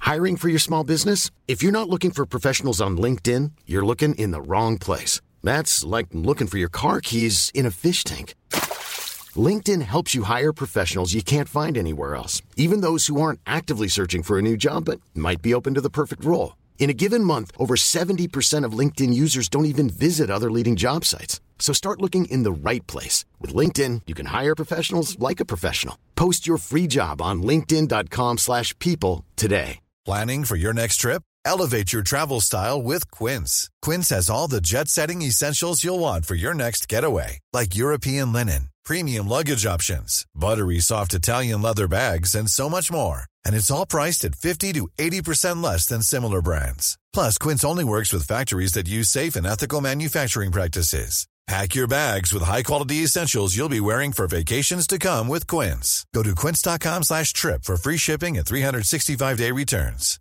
Hiring for your small business? If you're not looking for professionals on LinkedIn, you're looking in the wrong place. That's like looking for your car keys in a fish tank. LinkedIn helps you hire professionals you can't find anywhere else, even those who aren't actively searching for a new job but might be open to the perfect role. In a given month, over 70% of LinkedIn users don't even visit other leading job sites. So start looking in the right place. With LinkedIn, you can hire professionals like a professional. Post your free job on linkedin.com/people today. Planning for your next trip? Elevate your travel style with Quince. Quince has all the jet-setting essentials you'll want for your next getaway, like European linen, premium luggage options, buttery soft Italian leather bags, and so much more. And it's all priced at 50 to 80% less than similar brands. Plus, Quince only works with factories that use safe and ethical manufacturing practices. Pack your bags with high-quality essentials you'll be wearing for vacations to come with Quince. Go to quince.com/trip for free shipping and 365-day returns.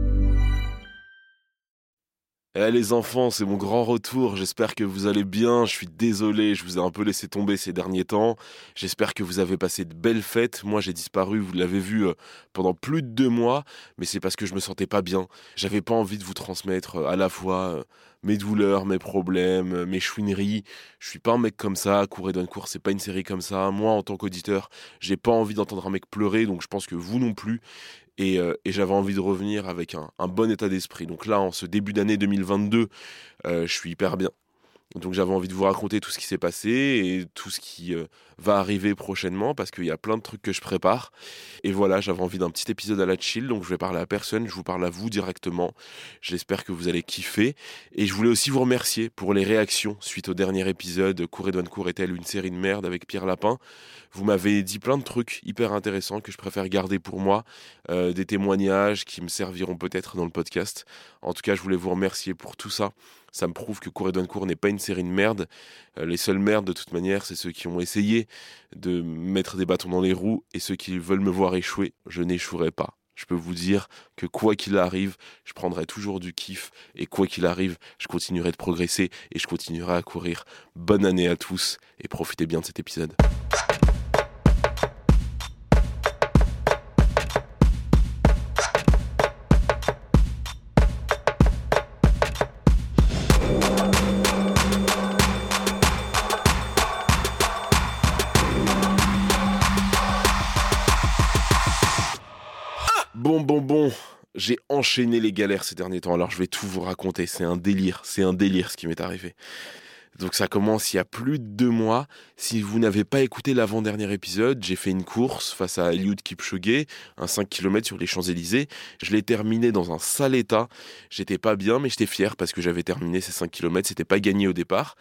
Les enfants, c'est mon grand retour, j'espère que vous allez bien, je suis désolé, je vous ai un peu laissé tomber ces derniers temps, j'espère que vous avez passé de belles fêtes, moi j'ai disparu, vous l'avez vu, pendant plus de 2 mois, mais c'est parce que je me sentais pas bien, j'avais pas envie de vous transmettre à la fois mes douleurs, mes problèmes, mes chouineries, je suis pas un mec comme ça, Cour et Donne Court, c'est pas une série comme ça, moi en tant qu'auditeur, j'ai pas envie d'entendre un mec pleurer, donc je pense que vous non plus. Et j'avais envie de revenir avec un bon état d'esprit. Donc là, en ce début d'année 2022, je suis hyper bien. Donc j'avais envie de vous raconter tout ce qui s'est passé et tout ce qui va arriver prochainement parce qu'il y a plein de trucs que je prépare. Et voilà, j'avais envie d'un petit épisode à la chill, donc je vais parler à personne, je vous parle à vous directement. J'espère que vous allez kiffer. Et je voulais aussi vous remercier pour les réactions suite au dernier épisode Cour et Donne Court est-elle une série de merde avec Pierre Lapin. Vous m'avez dit plein de trucs hyper intéressants que je préfère garder pour moi, des témoignages qui me serviront peut-être dans le podcast. En tout cas, je voulais vous remercier pour tout ça. Ça me prouve que Cour et Donne Court n'est pas une série de merde. Les seules merdes, de toute manière, c'est ceux qui ont essayé de mettre des bâtons dans les roues et ceux qui veulent me voir échouer. Je n'échouerai pas. Je peux vous dire que quoi qu'il arrive, je prendrai toujours du kiff et quoi qu'il arrive, je continuerai de progresser et je continuerai à courir. Bonne année à tous et profitez bien de cet épisode. Bon, j'ai enchaîné les galères ces derniers temps, alors je vais tout vous raconter, c'est un délire ce qui m'est arrivé. Donc ça commence il y a plus de 2 mois, si vous n'avez pas écouté l'avant-dernier épisode, j'ai fait une course face à Eliud Kipchoge, un 5 km sur les Champs-Élysées, je l'ai terminé dans un sale état, j'étais pas bien mais j'étais fier parce que j'avais terminé ces 5 km, c'était pas gagné au départ.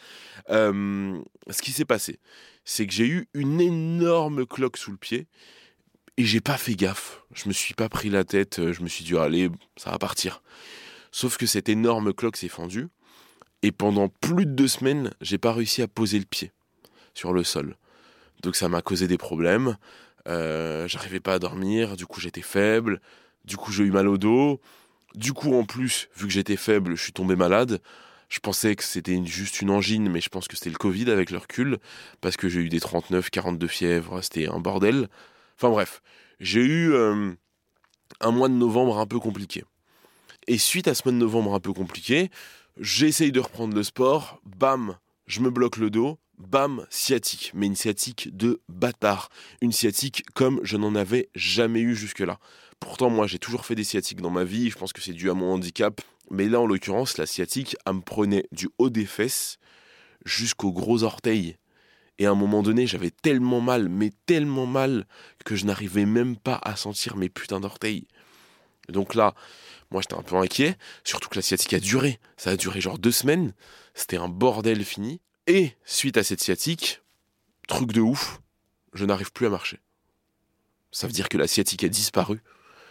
Ce qui s'est passé, c'est que j'ai eu une énorme cloque sous le pied, et j'ai pas fait gaffe, je me suis pas pris la tête, je me suis dit allez, ça va partir. Sauf que cette énorme cloque s'est fendue, et pendant plus de 2 semaines, j'ai pas réussi à poser le pied sur le sol. Donc ça m'a causé des problèmes, j'arrivais pas à dormir, du coup j'étais faible, du coup j'ai eu mal au dos, du coup en plus, vu que j'étais faible, je suis tombé malade. Je pensais que c'était juste une angine, mais je pense que c'était le Covid avec le recul, parce que j'ai eu des 39, 42 fièvres, c'était un bordel. Enfin bref, j'ai eu un mois de novembre un peu compliqué. Et suite à ce mois de novembre un peu compliqué, j'essaye de reprendre le sport, bam, je me bloque le dos, bam, sciatique. Mais une sciatique de bâtard. Une sciatique comme je n'en avais jamais eu jusque-là. Pourtant, moi, j'ai toujours fait des sciatiques dans ma vie, je pense que c'est dû à mon handicap. Mais là, en l'occurrence, la sciatique, elle me prenait du haut des fesses jusqu'aux gros orteils. Et à un moment donné, j'avais tellement mal, mais tellement mal, que je n'arrivais même pas à sentir mes putains d'orteils. Et donc là, moi j'étais un peu inquiet, surtout que la sciatique a duré. Ça a duré genre 2 semaines, c'était un bordel fini. Et suite à cette sciatique, truc de ouf, je n'arrive plus à marcher. Ça veut dire que la sciatique a disparu.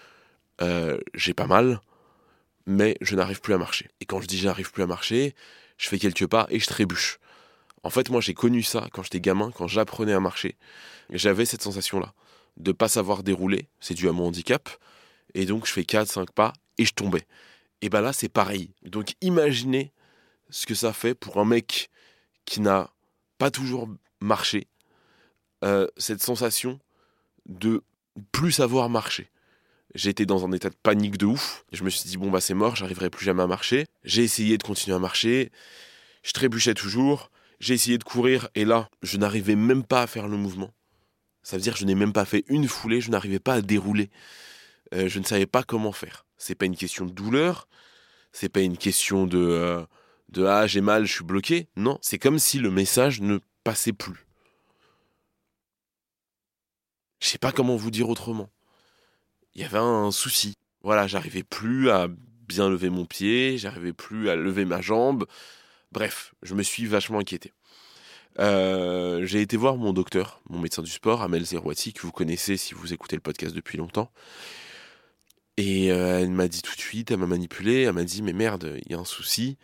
J'ai pas mal, mais je n'arrive plus à marcher. Et quand je dis j'arrive plus à marcher, je fais quelques pas et je trébuche. En fait, moi, j'ai connu ça quand j'étais gamin, quand j'apprenais à marcher. J'avais cette sensation-là, de pas savoir dérouler, c'est dû à mon handicap, et donc je fais 4-5 pas, et je tombais. Et ben là, c'est pareil. Donc imaginez ce que ça fait pour un mec qui n'a pas toujours marché, cette sensation de plus savoir marcher. J'étais dans un état de panique de ouf. Je me suis dit, bon, bah, c'est mort, j'arriverai plus jamais à marcher. J'ai essayé de continuer à marcher. Je trébuchais toujours. J'ai essayé de courir. Et là, je n'arrivais même pas à faire le mouvement. Ça veut dire que je n'ai même pas fait une foulée. Je n'arrivais pas à dérouler. Je ne savais pas comment faire. C'est pas une question de douleur. C'est pas une question de ah, j'ai mal, je suis bloqué. Non, c'est comme si le message ne passait plus. Je sais pas comment vous dire autrement. Il y avait un souci. Voilà, j'arrivais plus à bien lever mon pied, j'arrivais plus à lever ma jambe. Bref, je me suis vachement inquiété. J'ai été voir mon docteur, mon médecin du sport, Amel Zerouati, que vous connaissez si vous écoutez le podcast depuis longtemps. Et elle m'a dit tout de suite, elle m'a manipulé, elle m'a dit « Mais merde, il y a un souci,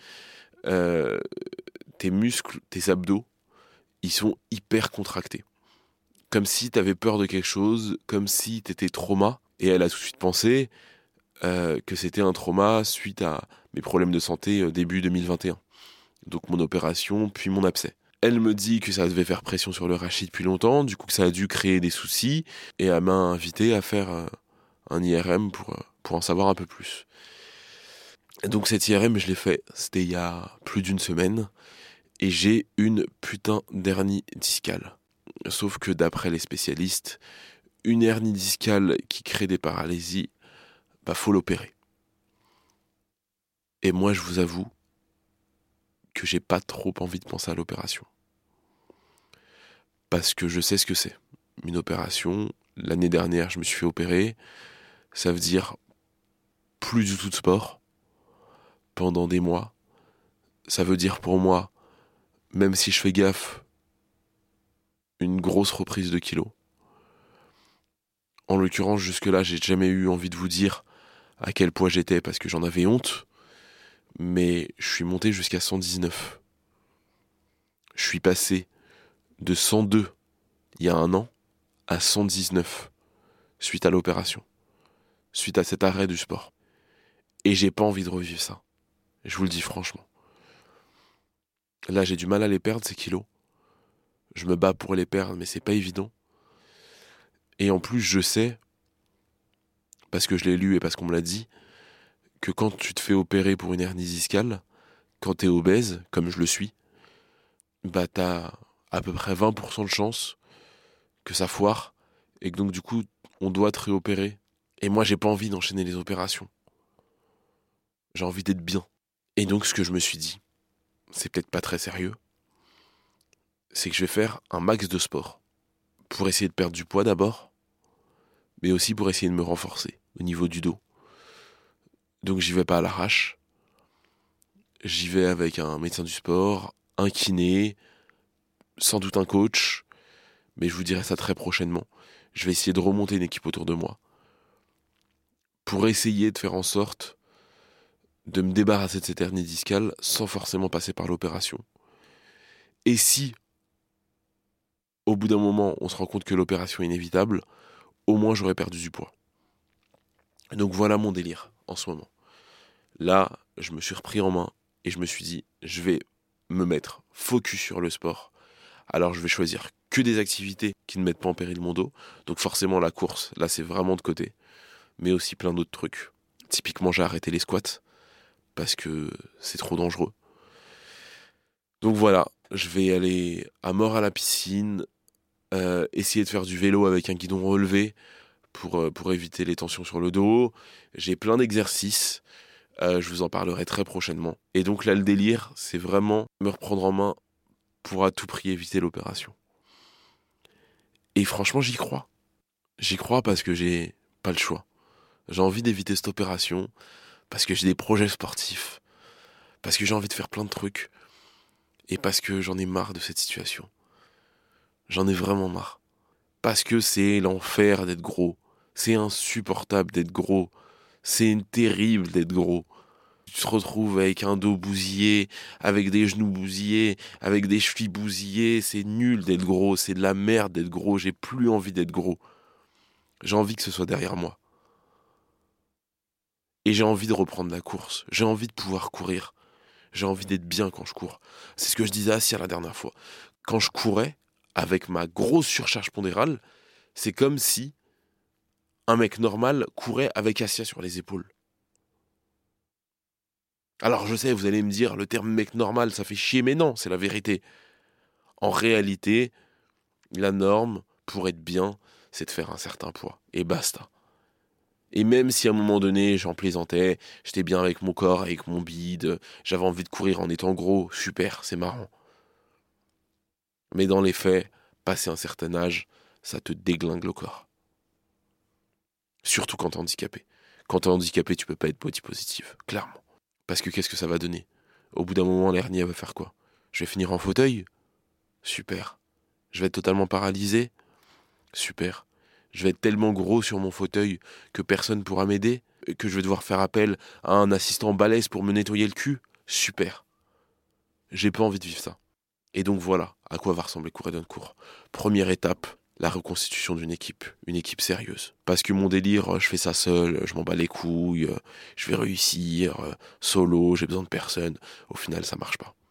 tes muscles, tes abdos, ils sont hyper contractés. Comme si t'avais peur de quelque chose, comme si t'étais trauma. » Et elle a tout de suite pensé que c'était un trauma suite à mes problèmes de santé début 2021. Donc mon opération, puis mon abcès. Elle me dit que ça devait faire pression sur le rachis depuis longtemps, du coup que ça a dû créer des soucis, et elle m'a invité à faire un IRM pour en savoir un peu plus. Et donc cet IRM, je l'ai fait, c'était il y a plus d'une semaine, et j'ai une putain d'hernie discale. Sauf que d'après les spécialistes, une hernie discale qui crée des paralysies, bah faut l'opérer. Et moi je vous avoue que j'ai pas trop envie de penser à l'opération. Parce que je sais ce que c'est. Une opération, l'année dernière je me suis fait opérer, ça veut dire plus du tout de sport pendant des mois. Ça veut dire pour moi, même si je fais gaffe, une grosse reprise de kilos. En l'occurrence, jusque-là, j'ai jamais eu envie de vous dire à quel poids j'étais parce que j'en avais honte, mais je suis monté jusqu'à 119. Je suis passé de 102 il y a un an à 119 suite à l'opération, suite à cet arrêt du sport. Et j'ai pas envie de revivre ça. Je vous le dis franchement. Là, j'ai du mal à les perdre, ces kilos. Je me bats pour les perdre, mais c'est pas évident. Et en plus, je sais, parce que je l'ai lu et parce qu'on me l'a dit, que quand tu te fais opérer pour une hernie discale, quand t'es obèse, comme je le suis, bah t'as à peu près 20% de chance que ça foire, et que donc du coup, on doit te réopérer. Et moi, j'ai pas envie d'enchaîner les opérations. J'ai envie d'être bien. Et donc, ce que je me suis dit, c'est peut-être pas très sérieux, c'est que je vais faire un max de sport. Pour essayer de perdre du poids d'abord, mais aussi pour essayer de me renforcer au niveau du dos. Donc j'y vais pas à l'arrache. J'y vais avec un médecin du sport, un kiné, sans doute un coach, mais je vous dirai ça très prochainement. Je vais essayer de remonter une équipe autour de moi pour essayer de faire en sorte de me débarrasser de cette hernie discale sans forcément passer par l'opération. Et si, au bout d'un moment, on se rend compte que l'opération est inévitable, au moins j'aurais perdu du poids. Donc voilà mon délire en ce moment. Là, je me suis repris en main et je me suis dit, je vais me mettre focus sur le sport. Alors je vais choisir que des activités qui ne mettent pas en péril mon dos. Donc forcément la course, là c'est vraiment de côté. Mais aussi plein d'autres trucs. Typiquement j'ai arrêté les squats parce que c'est trop dangereux. Donc voilà, je vais aller à mort à la piscine, essayer de faire du vélo avec un guidon relevé pour éviter les tensions sur le dos. J'ai plein d'exercices. Je vous en parlerai très prochainement. Et donc là, le délire, c'est vraiment me reprendre en main pour à tout prix éviter l'opération. Et franchement, j'y crois. J'y crois parce que j'ai pas le choix. J'ai envie d'éviter cette opération, parce que j'ai des projets sportifs, parce que j'ai envie de faire plein de trucs, et parce que j'en ai marre de cette situation. J'en ai vraiment marre. Parce que c'est l'enfer d'être gros. C'est insupportable d'être gros. C'est terrible d'être gros. Tu te retrouves avec un dos bousillé, avec des genoux bousillés, avec des chevilles bousillées. C'est nul d'être gros, c'est de la merde d'être gros. J'ai plus envie d'être gros. J'ai envie que ce soit derrière moi. Et j'ai envie de reprendre la course. J'ai envie de pouvoir courir. J'ai envie d'être bien quand je cours. C'est ce que je disais à Sia la dernière fois. Quand je courais, avec ma grosse surcharge pondérale, c'est comme si un mec normal courait avec Asia sur les épaules. Alors je sais, vous allez me dire, le terme mec normal, ça fait chier, mais non, c'est la vérité. En réalité, la norme, pour être bien, c'est de faire un certain poids. Et basta. Et même si à un moment donné, j'en plaisantais, j'étais bien avec mon corps, avec mon bide, j'avais envie de courir en étant gros, super, c'est marrant. Mais dans les faits, passé un certain âge, ça te déglingue le corps. Surtout quand t'es handicapé. Quand t'es handicapé, tu peux pas être body positive, clairement. Parce que qu'est-ce que ça va donner ? Au bout d'un moment, l'hernie, elle va faire quoi ? Je vais finir en fauteuil ? Super. Je vais être totalement paralysé ? Super. Je vais être tellement gros sur mon fauteuil que personne ne pourra m'aider, que je vais devoir faire appel à un assistant balèze pour me nettoyer le cul ? Super. J'ai pas envie de vivre ça. Et donc voilà à quoi va ressembler Courredon Court. Première étape, la reconstitution d'une équipe, une équipe sérieuse. Parce que mon délire, je fais ça seul, je m'en bats les couilles, je vais réussir, solo, j'ai besoin de personne. Au final, ça marche pas.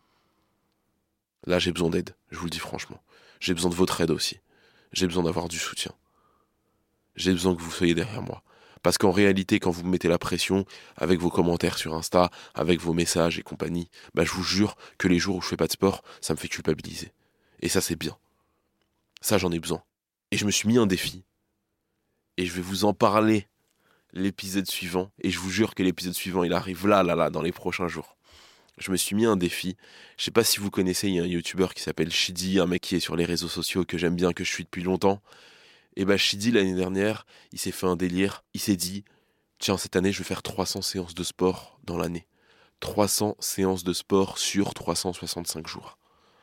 Là, j'ai besoin d'aide, je vous le dis franchement. J'ai besoin de votre aide aussi. J'ai besoin d'avoir du soutien. J'ai besoin que vous soyez derrière moi. Parce qu'en réalité, quand vous me mettez la pression, avec vos commentaires sur Insta, avec vos messages et compagnie, je vous jure que les jours où je fais pas de sport, ça me fait culpabiliser. Et ça, c'est bien. Ça, j'en ai besoin. Et je me suis mis un défi. Et je vais vous en parler l'épisode suivant. Et je vous jure que l'épisode suivant, il arrive là, dans les prochains jours. Je me suis mis un défi. Je sais pas si vous connaissez, il y a un youtubeur qui s'appelle Shidi, un mec qui est sur les réseaux sociaux, que j'aime bien, que je suis depuis longtemps. Et Shidi, l'année dernière, il s'est fait un délire. Il s'est dit, tiens, cette année, je vais faire 300 séances de sport dans l'année. 300 séances de sport sur 365 jours.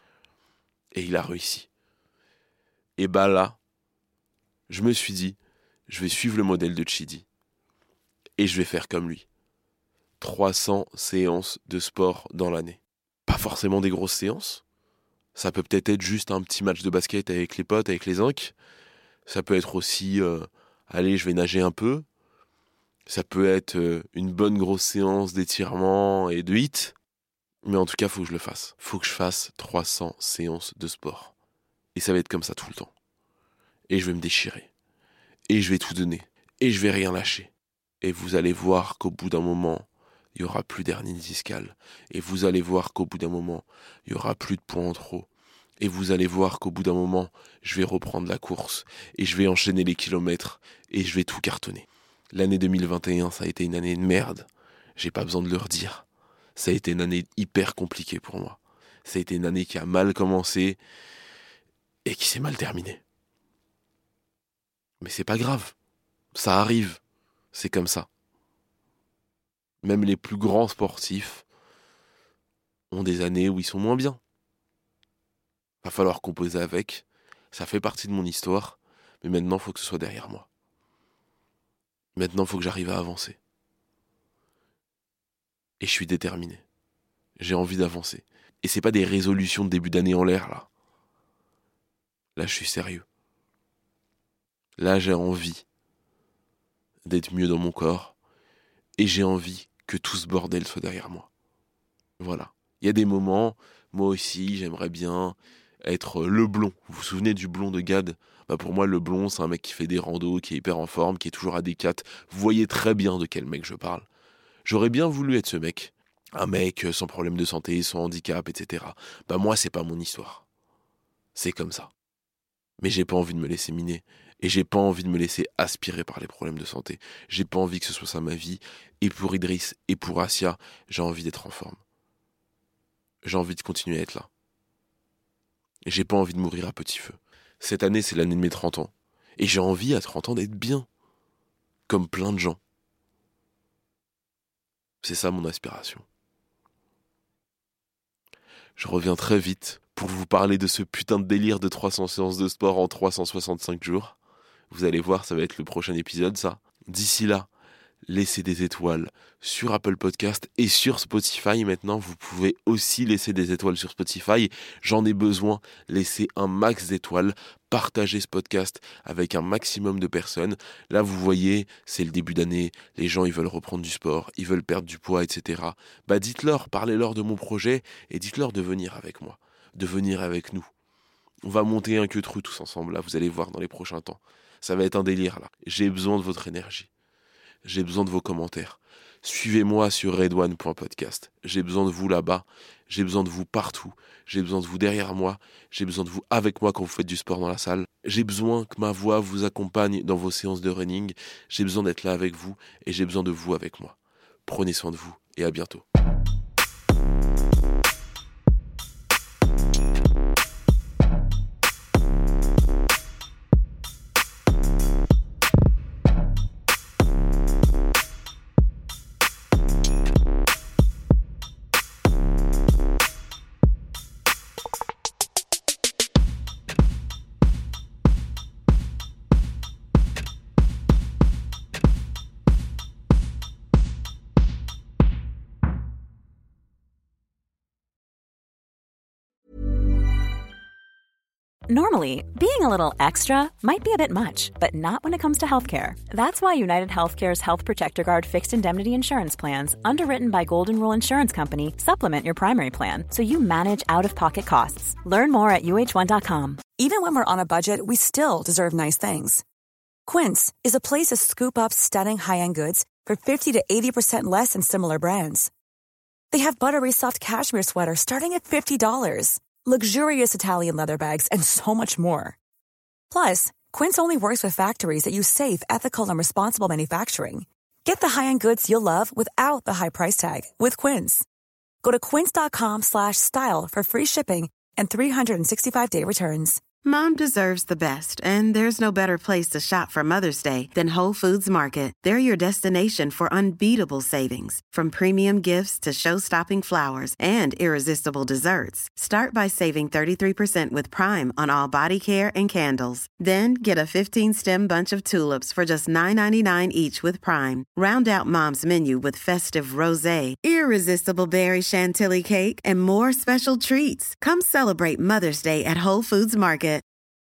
Et il a réussi. Et là, je me suis dit, je vais suivre le modèle de Shidi. Et je vais faire comme lui. 300 séances de sport dans l'année. Pas forcément des grosses séances. Ça peut peut-être être juste un petit match de basket avec les potes, avec les incs. Ça peut être aussi, allez, je vais nager un peu. Ça peut être une bonne grosse séance d'étirement et de HIIT. Mais en tout cas, il faut que je le fasse. Il faut que je fasse 300 séances de sport. Et ça va être comme ça tout le temps. Et je vais me déchirer. Et je vais tout donner. Et je vais rien lâcher. Et vous allez voir qu'au bout d'un moment, il n'y aura plus d'hernie discale. Et vous allez voir qu'au bout d'un moment, il n'y aura plus de poids en trop. Et vous allez voir qu'au bout d'un moment, je vais reprendre la course. Et je vais enchaîner les kilomètres. Et je vais tout cartonner. L'année 2021, ça a été une année de merde. J'ai pas besoin de le redire. Ça a été une année hyper compliquée pour moi. Ça a été une année qui a mal commencé et qui s'est mal terminée. Mais c'est pas grave. Ça arrive. C'est comme ça. Même les plus grands sportifs ont des années où ils sont moins bien. Va falloir composer avec. Ça fait partie de mon histoire. Mais maintenant, il faut que ce soit derrière moi. Maintenant, il faut que j'arrive à avancer. Et je suis déterminé. J'ai envie d'avancer. Et c'est pas des résolutions de début d'année en l'air, là. Là, je suis sérieux. Là, j'ai envie d'être mieux dans mon corps. Et j'ai envie que tout ce bordel soit derrière moi. Voilà. Il y a des moments, moi aussi, j'aimerais bien être le blond. Vous vous souvenez du blond de Gad ? Pour moi, le blond, c'est un mec qui fait des randos, qui est hyper en forme, qui est toujours à D4. Vous voyez très bien de quel mec je parle. J'aurais bien voulu être ce mec. Un mec sans problème de santé, sans handicap, etc. Moi, c'est pas mon histoire. C'est comme ça. Mais j'ai pas envie de me laisser miner. Et j'ai pas envie de me laisser aspirer par les problèmes de santé. J'ai pas envie que ce soit ça ma vie. Et pour Idriss et pour Asia, j'ai envie d'être en forme. J'ai envie de continuer à être là. Et j'ai pas envie de mourir à petit feu. Cette année, c'est l'année de mes 30 ans. Et j'ai envie à 30 ans d'être bien. Comme plein de gens. C'est ça mon aspiration. Je reviens très vite pour vous parler de ce putain de délire de 300 séances de sport en 365 jours. Vous allez voir, ça va être le prochain épisode, ça. D'ici là, laissez des étoiles sur Apple Podcast et sur Spotify. Maintenant, vous pouvez aussi laisser des étoiles sur Spotify. J'en ai besoin. Laissez un max d'étoiles. Partagez ce podcast avec un maximum de personnes. Là, vous voyez, c'est le début d'année. Les gens, ils veulent reprendre du sport. Ils veulent perdre du poids, etc. Dites-leur, parlez-leur de mon projet et dites-leur de venir avec moi. De venir avec nous. On va monter un queutru tous ensemble. Là, vous allez voir dans les prochains temps. Ça va être un délire, là. J'ai besoin de votre énergie. J'ai besoin de vos commentaires. Suivez-moi sur redone.podcast. J'ai besoin de vous là-bas. J'ai besoin de vous partout. J'ai besoin de vous derrière moi. J'ai besoin de vous avec moi quand vous faites du sport dans la salle. J'ai besoin que ma voix vous accompagne dans vos séances de running. J'ai besoin d'être là avec vous et j'ai besoin de vous avec moi. Prenez soin de vous et à bientôt. Normally, being a little extra might be a bit much, but not when it comes to healthcare. That's why United Healthcare's Health Protector Guard fixed indemnity insurance plans, underwritten by Golden Rule Insurance Company, supplement your primary plan so you manage out-of-pocket costs. Learn more at uh1.com. Even when we're on a budget, we still deserve nice things. Quince is a place to scoop up stunning high-end goods for 50 to 80% less than similar brands. They have buttery soft cashmere sweaters starting at $50, luxurious Italian leather bags, and so much more. Plus, Quince only works with factories that use safe, ethical, and responsible manufacturing. Get the high-end goods you'll love without the high price tag with Quince. Go to quince.com/style for free shipping and 365-day returns. Mom deserves the best, and there's no better place to shop for Mother's Day than Whole Foods Market. They're your destination for unbeatable savings, from premium gifts to show-stopping flowers and irresistible desserts. Start by saving 33% with Prime on all body care and candles. Then get a 15-stem bunch of tulips for just $9.99 each with Prime. Round out Mom's menu with festive rosé, irresistible berry chantilly cake, and more special treats. Come celebrate Mother's Day at Whole Foods Market.